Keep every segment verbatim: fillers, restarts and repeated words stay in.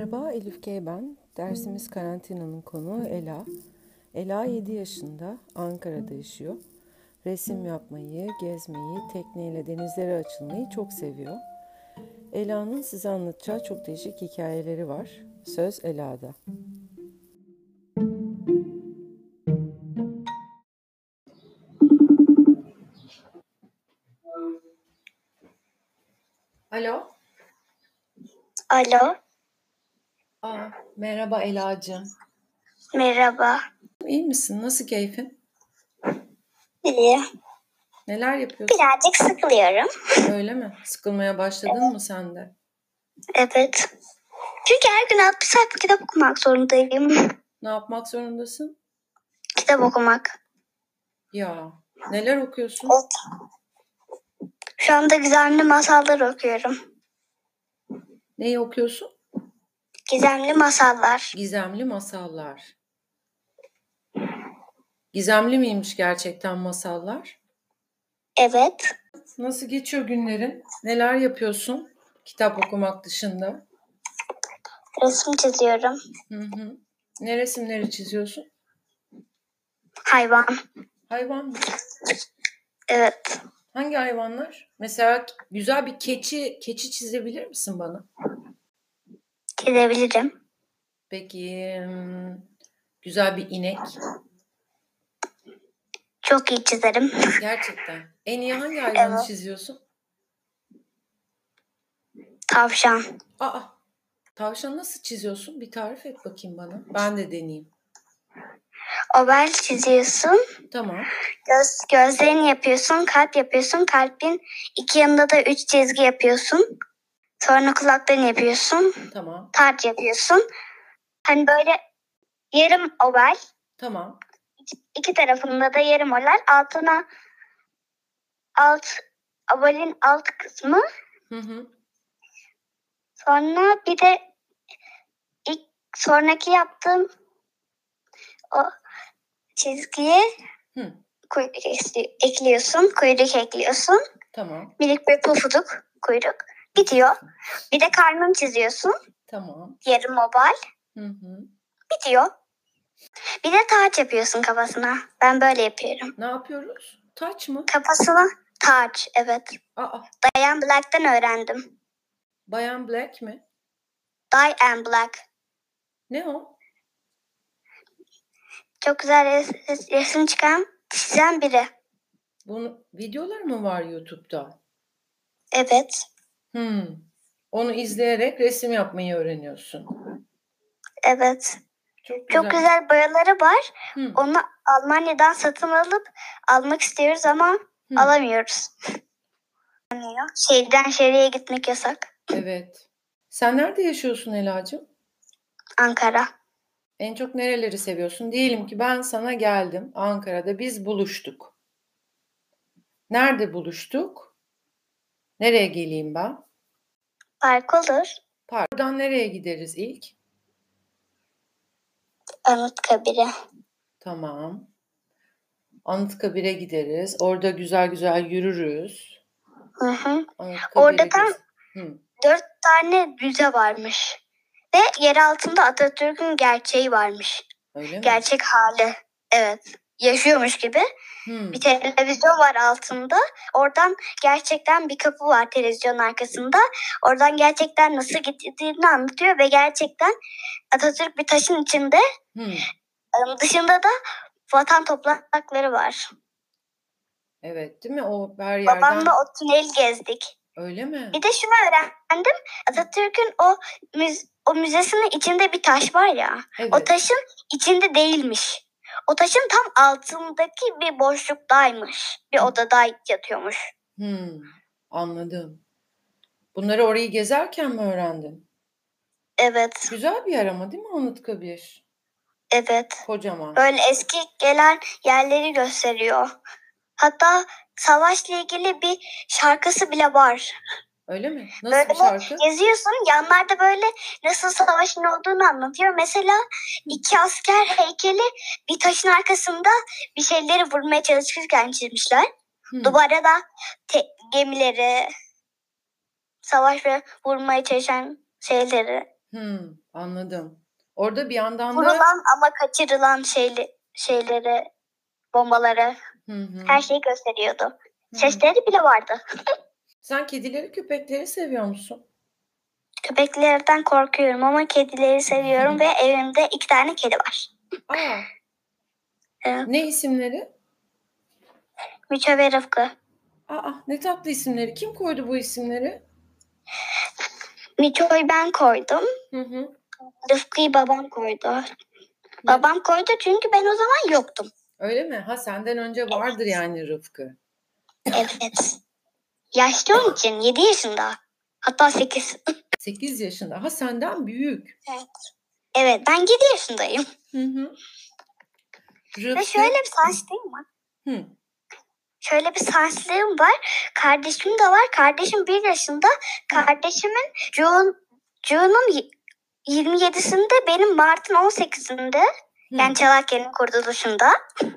Merhaba, Elif K. ben. Dersimiz karantinanın konuğu Ela. Ela yedi yaşında, Ankara'da yaşıyor. Resim yapmayı, gezmeyi, tekneyle denizlere açılmayı çok seviyor. Ela'nın size anlatacağı çok değişik hikayeleri var. Söz Ela'da. Alo. Alo, Aa, merhaba Ela'cığım. merhaba. İyi misin? Nasıl keyfin? İyi. Neler yapıyorsun? Birazcık sıkılıyorum. Öyle mi? Sıkılmaya başladın mı sen de? Evet. Çünkü her gün altmış sayfa kitap okumak zorundayım. Ne yapmak zorundasın? Kitap okumak. Ya, neler okuyorsun? Evet. Şu anda gizemli masallar okuyorum. Neyi okuyorsun? Gizemli masallar. Gizemli masallar. Gizemli miymiş gerçekten masallar? Evet. Nasıl geçiyor günlerin? Neler yapıyorsun kitap okumak dışında? Resim çiziyorum. Hı hı. Ne resimleri çiziyorsun? Hayvan. Hayvan mı? Evet. Hangi hayvanlar? Mesela güzel bir keçi keçi çizebilir misin bana? Çizebilirim. Peki hmm, güzel bir inek. Çok iyi çizerim. Gerçekten. En iyi hangi hayvanı Evet. çiziyorsun? Tavşan. Aa, tavşan nasıl çiziyorsun? Bir tarif et bakayım bana. Ben de deneyeyim. Oval çiziyorsun. Tamam. Göz, gözlerini yapıyorsun. Kalp yapıyorsun. Kalbin iki yanında da üç çizgi yapıyorsun. Sonra kulaklarını yapıyorsun. Tamam. Taç yapıyorsun. Hani böyle yarım oval. Tamam. İki tarafında da yarım oval. Altına alt ovalin alt kısmı. Hı hı. Sonra bir de ilk sonraki yaptığım o çizgiye Hı. kuyruk ekliyorsun. Kuyruk ekliyorsun. Tamam. Minik bir pufuduk kuyruk. Bitiyor. Bir de karnını çiziyorsun. Tamam. Yarım oval. Hı hı. Bitiyor. Bir de taç yapıyorsun kafasına. Ben böyle yapıyorum. Ne yapıyoruz? Taç mı? Kafasına taç, evet. Aa, Diane Black'ten öğrendim. Bayan Black mi? Diane Black. Ne o? Çok güzel res- resim çıkan, çizen biri. Bunun videoları mı var YouTube'da? Evet. Hmm. Onu izleyerek resim yapmayı öğreniyorsun. Evet. Çok güzel. Çok güzel boyaları var. Hmm. Onu Almanya'dan satın alıp almak istiyoruz ama Hmm. alamıyoruz. Şehirden şehireye gitmek yasak. Evet. Sen nerede yaşıyorsun Elacığım? Ankara. En çok nereleri seviyorsun? Diyelim ki ben sana geldim. Ankara'da biz buluştuk. Nerede buluştuk? Nereye geleyim ben? Park olur. Buradan nereye gideriz ilk? Anıtkabir'e. Tamam. Anıtkabir'e gideriz. Orada güzel güzel yürürüz. Hı hı. Anıtkabir'e Orada tam gez- Hı. dört tane müze varmış. Ve yer altında Atatürk'ün gerçeği varmış. Öyle mi? Gerçek hali. Evet. Yaşıyormuş gibi. Hı. Bir televizyon var altında. Oradan gerçekten bir kapı var televizyonun arkasında. Oradan gerçekten nasıl gittiğini anlatıyor ve gerçekten Atatürk bir taşın içinde. Hı. Dışında da vatan toprakları var. Evet, değil mi? O her yerden. Babamla o tüneli gezdik. Öyle mi? Bir de şunu öğrendim. Atatürk'ün o müz o müzesinin içinde bir taş var ya. Evet. O taşın içinde değilmiş. O taşın tam altındaki bir boşluktaymış. Bir odada yatıyormuş. Hmm, anladım. Bunları orayı gezerken mi öğrendin? Evet. Güzel bir yer ama değil mi Anıtkabir? Evet. Kocaman. Böyle eski gelen yerleri gösteriyor. Hatta savaşla ilgili bir şarkısı bile var. Öyle mi? Nasıl Böyle bir şarkı? geziyorsun, yanlarda böyle nasıl savaşın olduğunu anlatıyor. Mesela iki asker heykeli bir taşın arkasında bir şeyleri vurmaya çalışırken çizmişler. Hmm. Duvara da te- gemileri, savaş ve vurmaya çalışan şeyleri Hmm, anladım. Orada bir yandan da Vurulan ama kaçırılan şeyli, şeyleri, bombaları, hı hı, her şeyi gösteriyordu. hı. Sesleri bile vardı. Sen kedileri, köpekleri seviyor musun? Köpeklerden korkuyorum ama kedileri seviyorum ve evimde iki tane kedi var. Aa, Ee, ne isimleri? Miço ve Rıfkı. Aa, ne tatlı isimleri. Kim koydu bu isimleri? Miço'yu ben koydum. Hı hı. Rıfkı'yı babam koydu. Ne? Babam koydu çünkü ben o zaman yoktum. Öyle mi? Ha, senden önce vardır yani Rıfkı. Evet. Yaşlı onun için. yedi yaşında. Hatta sekiz. sekiz yaşında. Ha, senden büyük. Evet. Evet, ben yedi yaşındayım. Hı hı. Ve Rıfkı. şöyle bir saçlığım var. Hı. Şöyle bir saçlığım var. Kardeşim de var. Kardeşim bir yaşında. Kardeşimin June, June'un yirmi yedisinde, benim Mart'ın on sekizinde. Hı. Yani Çanakkale'nin kurtuluşunda.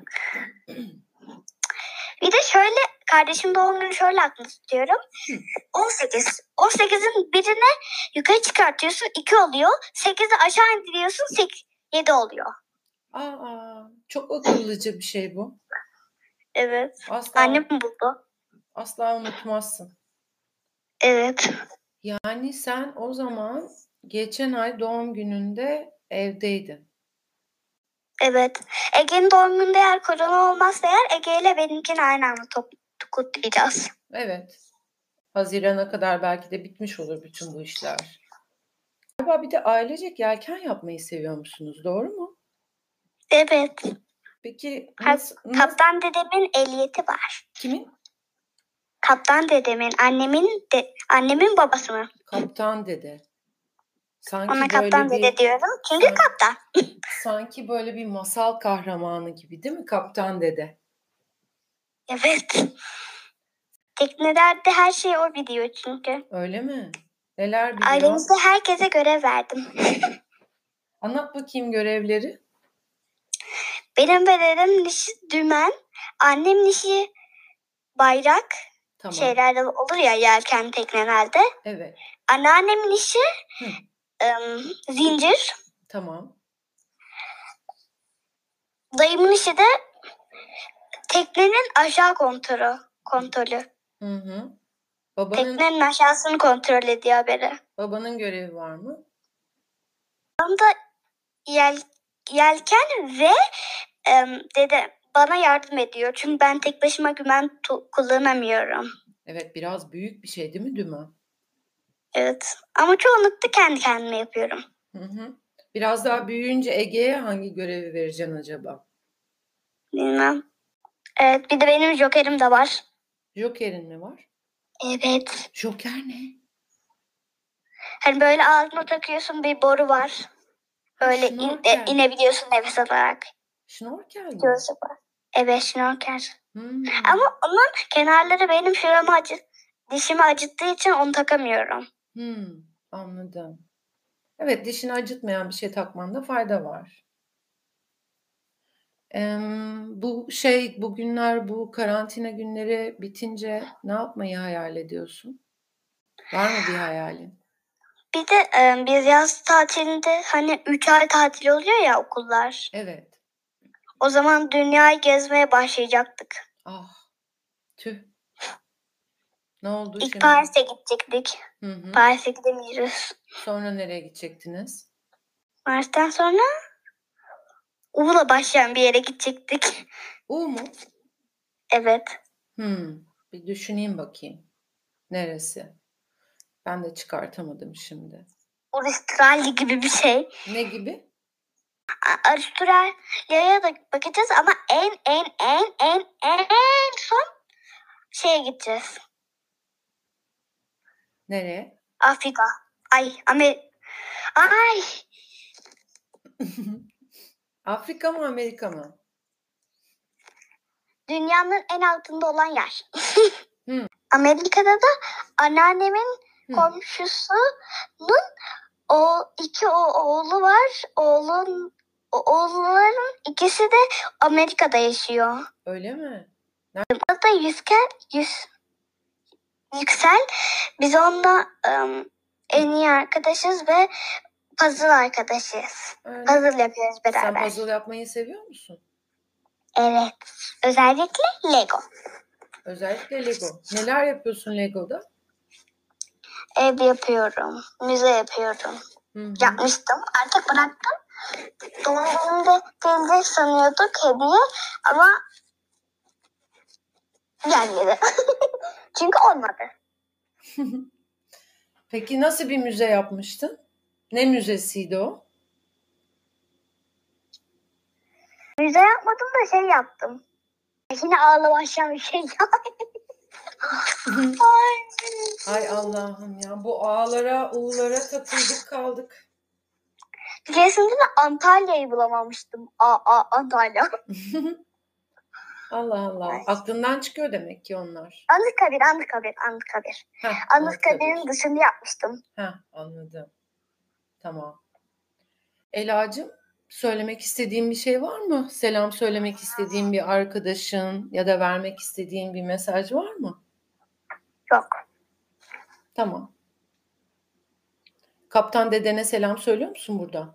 Bir de şöyle, kardeşim doğum günü şöyle aklımda tutuyorum. Hı. on sekiz. on sekizin birine yukarı çıkartıyorsun, iki oluyor. sekizi aşağı indiriyorsun, sekiz, yedi oluyor. Aa, çok akıllıca bir şey bu. Evet. Asla Annem buldu. asla unutmazsın. Evet. Yani sen o zaman geçen ay doğum gününde evdeydin. Evet. Ege'nin doğum gününde eğer korona olmazsa eğer Ege ile benimkini aynı anda top, kutlayacağız. Evet. Hazirana kadar belki de bitmiş olur bütün bu işler. Galiba bir de ailecek yelken yapmayı seviyor musunuz? Doğru mu? Evet. Peki Kap- nasıl, nasıl Kaptan dedemin ehliyeti var. kimin? Kaptan dedemin, annemin de, annemin babası mı? Kaptan dede. Ona Sanki kaptan böyle dede bir diyorum çünkü san- kaptan. sanki böyle bir masal kahramanı gibi, değil mi Kaptan dede? Evet. Teknelerde her şey o biliyor çünkü. Öyle mi? Neler biliyor? Ailemizde herkese görev verdim. Anlat bakayım görevleri. Benim ve dedem nişi dümen, annem nişi bayrak, Tamam. şeylerde olur ya yelken teknelerde. Evet. Anneannemin işi Hı. ım, zincir. Tamam. Dayımın işi de teknenin aşağı kontrolü. kontrolü. Hı hı. Babanın Teknenin aşağısını kontrol ediyor haberi. babanın görevi var mı? Yel, yelken ve ım, dede bana yardım ediyor. Çünkü ben tek başıma güven tu- kullanamıyorum. Evet, biraz büyük bir şey değil mi dümen? Evet. Ama çoğunlukla kendi kendime yapıyorum. Hı hı. Biraz daha büyüyünce Ege'ye hangi görevi vereceksin acaba? Bilmem. Evet, bir de benim jokerim de var. Joker'in mi var? Evet. Joker ne? Hani böyle ağzına takıyorsun, bir boru var. Ha, Böyle in, e, şnorkel. inebiliyorsun nefes alarak. Şnorkel mi? Gözü var. Evet, şnorkel. Hmm. Ama onun kenarları benim şuramı acı, dişimi acıttığı için onu takamıyorum. Hmm, anladım. Evet, dişini acıtmayan bir şey takmanda fayda var. Em, bu şey bugünler bu karantina günleri bitince ne yapmayı hayal ediyorsun? Var mı bir hayalin? Bir de e, biz yaz tatilinde hani üç ay tatil oluyor ya okullar. Evet. O zaman dünyayı gezmeye başlayacaktık. Ah, tüh. Ne oldu İlk şimdi? Paris'e gidecektik. Hı hı. Paris'e gidemiyoruz. Sonra nereye gidecektiniz? Paris'ten sonra U'la başlayan bir yere gidecektik. U mu? Evet. Hmm, bir düşüneyim bakayım. Neresi? Ben de çıkartamadım şimdi. Avustralya gibi bir şey. Ne gibi? A- Avustralya'ya da bakacağız ama en en en en en son şeye gideceğiz. Nereye? Afrika. Ay Amer Ay Afrika mı Amerika mı? dünyanın en altında olan yer. Hı. Amerika'da da anneannemin Hı. komşusunun o iki o, oğlu var. Oğlun o, oğulların ikisi de Amerika'da yaşıyor. Öyle mi? O da Yüksel, yüz, Yüksel. Biz onunla ım, en iyi arkadaşız ve Puzzle arkadaşıyız. Öyle. Puzzle yapıyoruz Sen beraber. puzzle yapmayı seviyor musun? Evet. Özellikle Lego. Özellikle Lego. Neler yapıyorsun Lego'da? Ev yapıyorum. Müze yapıyorum. Hı-hı. Yapmıştım. Artık bıraktım. Doğum günümde gelecek sanıyorduk hediye ama gelmedi. Çünkü olmadı. Peki nasıl bir müze yapmıştın? Ne müzesiydi o? Müze yapmadım da şey yaptım. Yine ağlamışan bir şey Ay. Ay Allah'ım ya, bu ağlara uğulara takıldık kaldık. Kesinlikle de Antalya'yı bulamamıştım. Aa, aa Antalya. Allah Allah. Ay. Aklından çıkıyor demek ki onlar. Anıtkabir, Anıtkabir, Anıtkabir. Heh, Anıtkabir'in Anıtkabir. dışını yapmıştım. Heh, anladım. Tamam. Elacığım, söylemek istediğin bir şey var mı? Selam söylemek istediğin bir arkadaşın ya da vermek istediğin bir mesaj var mı? Yok. Tamam. Kaptan dedene selam söylüyor musun burada?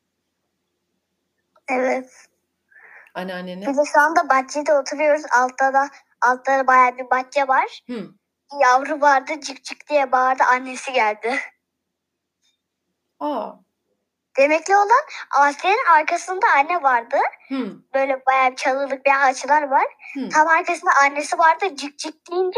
Evet. Anneannene? Biz de şu anda bahçede oturuyoruz. Altta da altta da bayağı bir bahçe var. Hı. Yavru vardı, cık cık diye bağırdı. Annesi geldi. Aa. Demekli olan ağaçların arkasında anne vardı. Hı. Böyle bayağı bir çalılık bir ağaçlar var. Hı. Tam arkasında annesi vardı. Cık cık deyince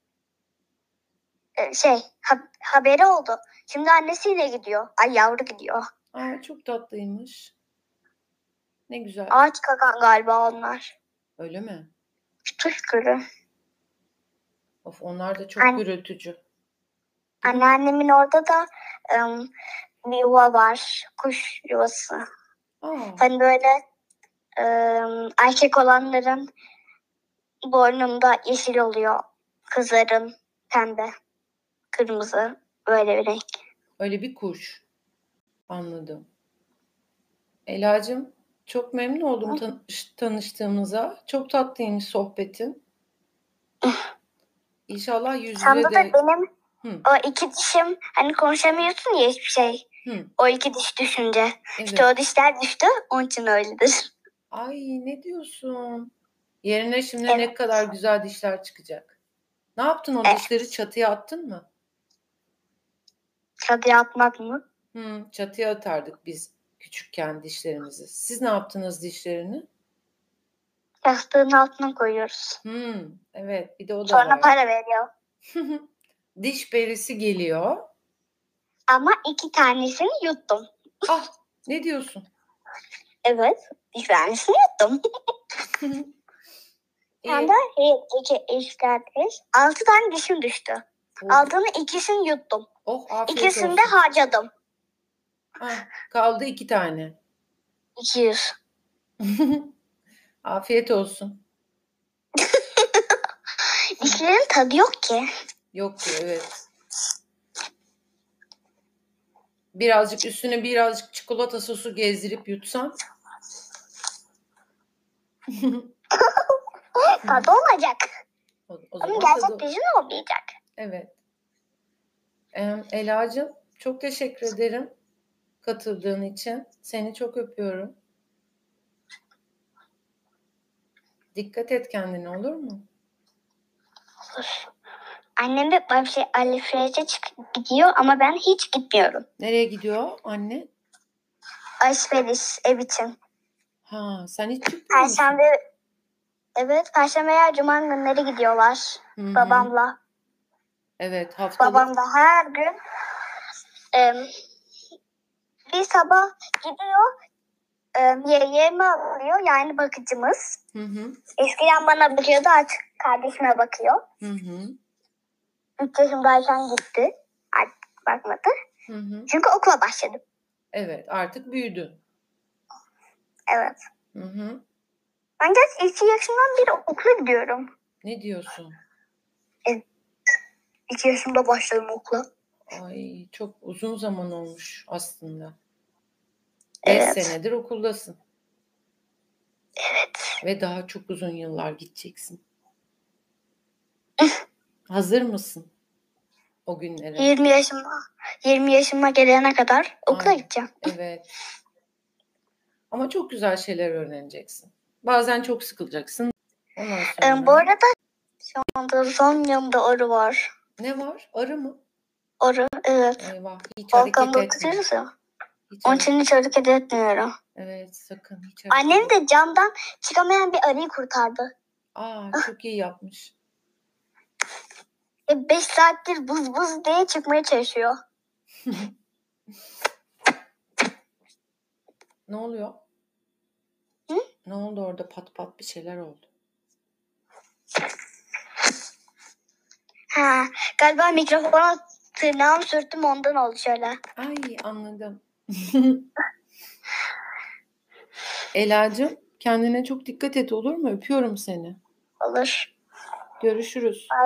e, şey ha- haberi oldu. Şimdi annesiyle gidiyor. Ay yavru gidiyor. Aa, çok tatlıymış. Ne güzel. Ağaç kakan galiba onlar. Öyle mi? Tuşkuru. Of, onlar da çok An- gürültücü. Anneannemin orada da ım, bir yuva var. Kuş yuvası. Aa. Hani böyle ım, erkek olanların boynunda yeşil oluyor. Kızların pembe, kırmızı böyle bir renk. Öyle bir kuş. Anladım. Elacığım, çok memnun oldum tanış- tanıştığımıza. Çok tatlıymış sohbetin. İnşallah yüz Sanda yüze da de... benim Hı. o iki dişim hani konuşamıyorsun ya hiçbir şey. Hı. O iki diş düşünce. Evet. İşte o dişler düştü. Onun için öyledir. Ay, ne diyorsun? Yerine şimdi Evet. ne kadar güzel dişler çıkacak. Ne yaptın o Evet. dişleri? Çatıya attın mı? Çatıya atmak mı? Hı, çatıya atardık biz küçükken dişlerimizi. Siz ne yaptınız dişlerini? Yastığın altına koyuyoruz. Hı, evet, bir de o da Sonra var. para veriyor. Diş perisi geliyor. Ama iki tanesini yuttum. Ah, ne diyorsun? Evet. Bir tanesini yuttum. Sen de bir, iki, üç, dört, beş. Altı tane dişim düştü. Oh. Altını ikisini yuttum. Oh, afiyet İkisini olsun. de harcadım. Ah, kaldı iki tane. iki yüz. Afiyet olsun. Dişlerin tadı yok ki. Yok ki, evet. Birazcık üstüne birazcık çikolata sosu gezdirip yutsan. Tadı olacak. O, o Ama zaman gerçek tadı... dişin olmayacak. Evet. Ee, Elacığım, çok teşekkür ederim katıldığın için. Seni çok öpüyorum. Dikkat et kendine, olur mu? Olur. Annem de bir şey alışverişe çıkıp gidiyor ama ben hiç gitmiyorum. Nereye gidiyor anne? Alışveriş ev için. Ha, sen hiç çıkmıyor musun? Perşembe, evet Perşembe veya Cuma günleri gidiyorlar. Hı-hı. Babamla. Evet, haftalık. Babam da her gün e, bir sabah gidiyor e, yeğenimi alıyor yani bakıcımız. Hı hı. Eskiden bana bakıyordu artık kardeşime bakıyor. Hı hı. üç yaşımdayken gitti. Artık bakmadı. Hı hı. Çünkü okula başladım. Evet, artık büyüdün. Evet. Hı hı. Ben gerçi iki yaşımdan beri okula gidiyorum. Ne diyorsun? Evet. iki yaşımda başladım okula. Ay, çok uzun zaman olmuş aslında. Evet. Beş senedir okuldasın. Evet. Ve daha çok uzun yıllar gideceksin. Hazır mısın? o günleri. yirmi yaşıma yirmi yaşıma gelene kadar okula Aynen. gideceğim. Evet. Ama çok güzel şeyler öğreneceksin. Bazen çok sıkılacaksın. Ondan sonra. Ee, bu arada şu anda Zonya'mda arı var. Ne var? Arı mı? Arı, evet. Eyvah. Hiç hareket Balkonda etme. oturuyoruz ya. Hiç Onun hareket. için hiç hareket etmiyorum. Evet, sakın hiç hareket. Annem de camdan çıkamayan bir arıyı kurtardı. Aa, çok iyi yapmış. E, beş saattir buz buz diye çıkmaya çalışıyor. Ne oluyor? Hı? Ne oldu orada? Pat pat bir şeyler oldu. Ha, galiba mikrofona tırnağımı sürttüm, ondan oldu şöyle. Ay, anladım. Elacığım, kendine çok dikkat et, olur mu? Öpüyorum seni. Olur. Görüşürüz.